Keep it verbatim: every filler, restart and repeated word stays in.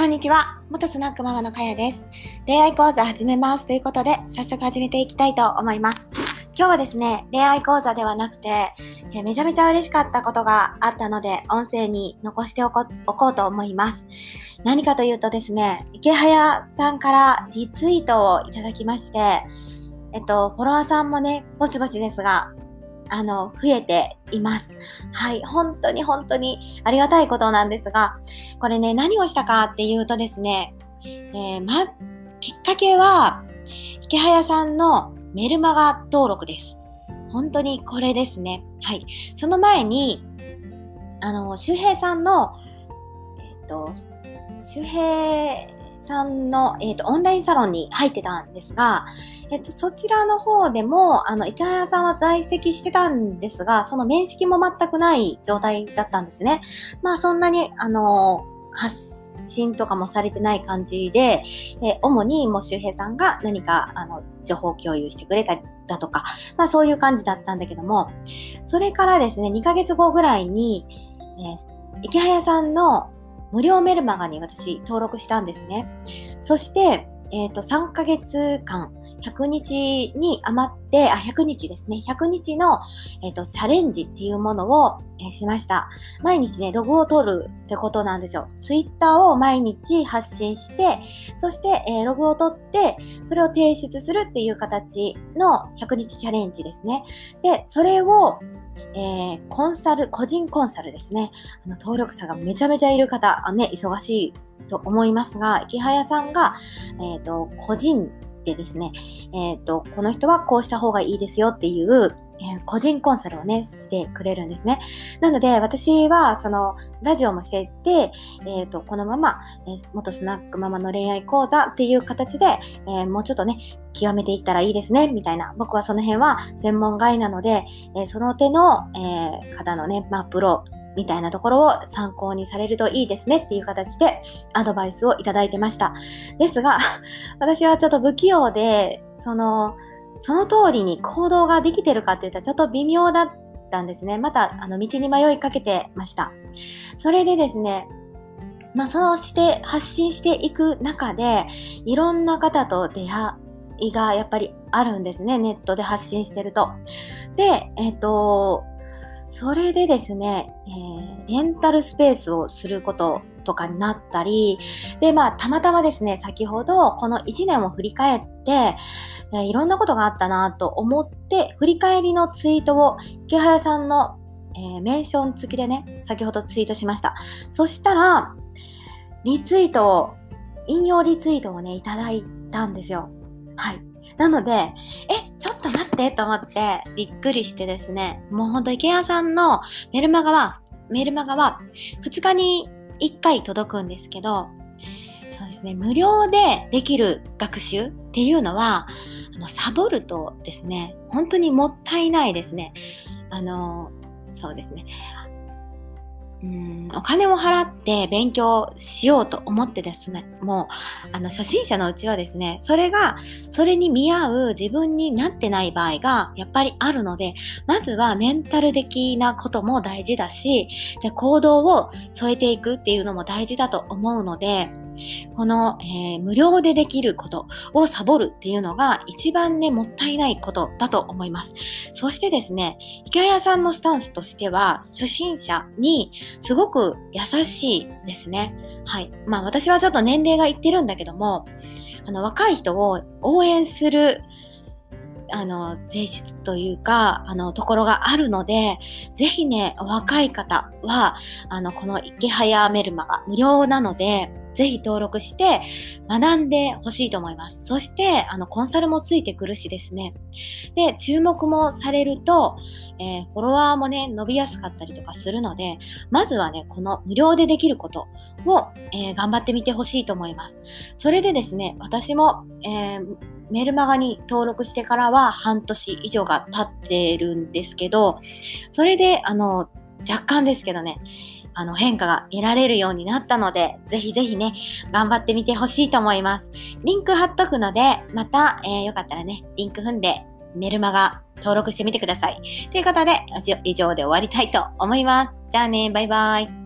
こんにちは。元スナックママのかやです。恋愛講座始めますということで、早速始めていきたいと思います。今日はですね、恋愛講座ではなくて、えめちゃめちゃ嬉しかったことがあったので、音声に残しておこ、おこうと思います。何かというとですね、池早さんからリツイートをいただきまして、えっと、フォロワーさんもね、ぼちぼちですが、あの、増えています。はい。本当に本当にありがたいことなんですが、これね、何をしたかっていうとですね、えー、ま、きっかけは、池早さんのメルマガ登録です。本当にこれですね。はい。その前に、あの、周平さんの、えっと、周平さんの、えっと、オンラインサロンに入ってたんですが、えっと、そちらの方でも、あの、池早さんは在籍してたんですが、その面識も全くない状態だったんですね。まあ、そんなに、あの、発信とかもされてない感じで、え主にもう周平さんが何か、あの、情報共有してくれたりだとか、まあ、そういう感じだったんだけども、それからですね、にかげつごぐらいに、えー、池早さんの無料メルマガに私登録したんですね。そして、えっと、さんかげつかん、ひゃくにちに余って、あ、ひゃくにちですね。ひゃくにちの、えっと、チャレンジっていうものを、えー、しました。毎日ね、ログを取るってことなんですよ。ツイッターを毎日発信して、そして、えー、ログを取って、それを提出するっていう形のひゃくにちチャレンジですね。で、それを、えー、コンサル、個人コンサルですね。あの、登録者がめちゃめちゃいる方、あね、忙しいと思いますが、池早さんが、えっと、個人でですね、えっと、この人はこうした方がいいですよっていう、えー、個人コンサルをね、してくれるんですね。なので、私は、その、ラジオもしていて、えっと、このまま、えー、元スナックママの恋愛講座っていう形で、えー、もうちょっとね、極めていったらいいですね、みたいな。僕はその辺は専門外なので、えー、その手の、えー、方のね、まあ、プロ、みたいなところを参考にされるといいですねっていう形でアドバイスをいただいてました。ですが、私はちょっと不器用で、その、その通りに行動ができてるかって言ったらちょっと微妙だったんですね。また、あの、道に迷いかけてました。それでですね、まあ、そうして発信していく中で、いろんな方と出会いがやっぱりあるんですね。ネットで発信してると。で、えっと、それでですね、えー、レンタルスペースをすることとかになったり、で、まあ、たまたまですね、先ほどこのいちねんを振り返って、えー、いろんなことがあったなと思って、振り返りのツイートを、池早さんの、えー、メンション付きでね、先ほどツイートしました。そしたら、リツイートを、引用リツイートをね、いただいたんですよ。はい。なので、え、ちょっと待ってと思ってびっくりしてですね、もうほんと池谷さんのメルマガは、メルマガはふつかにいっかい届くんですけど、そうですね、無料でできる学習っていうのは、あの、サボるとですね、本当にもったいないですね。あの、そうですね。うーんお金を払って勉強しようと思ってですね、もう、あの、初心者のうちはですね、それが、それに見合う自分になってない場合が、やっぱりあるので、まずはメンタル的なことも大事だし、で、行動を添えていくっていうのも大事だと思うので、この、えー、無料でできることをサボるっていうのが一番ね、もったいないことだと思います。そしてですね、池谷さんのスタンスとしては、初心者にすごく優しいですね。はい。まあ私はちょっと年齢がいってるんだけども、あの若い人を応援するあの性質というか、あのところがあるので、ぜひね、若い方は、あのこの池早メルマガ無料なので、ぜひ登録して学んでほしいと思います。そして、あの、コンサルもついてくるしですね。で、注目もされると、えー、フォロワーもね、伸びやすかったりとかするので、まずはね、この無料でできることを、えー、頑張ってみてほしいと思います。それでですね、私も、えー、メルマガに登録してからは半年以上が経ってるんですけど、それで、あの、若干ですけどね、あの変化が得られるようになったので、ぜひぜひね、頑張ってみてほしいと思います。リンク貼っとくので、また、えー、よかったらね、リンク踏んでメルマガ登録してみてください。ということで、以上で終わりたいと思います。じゃあね、バイバイ。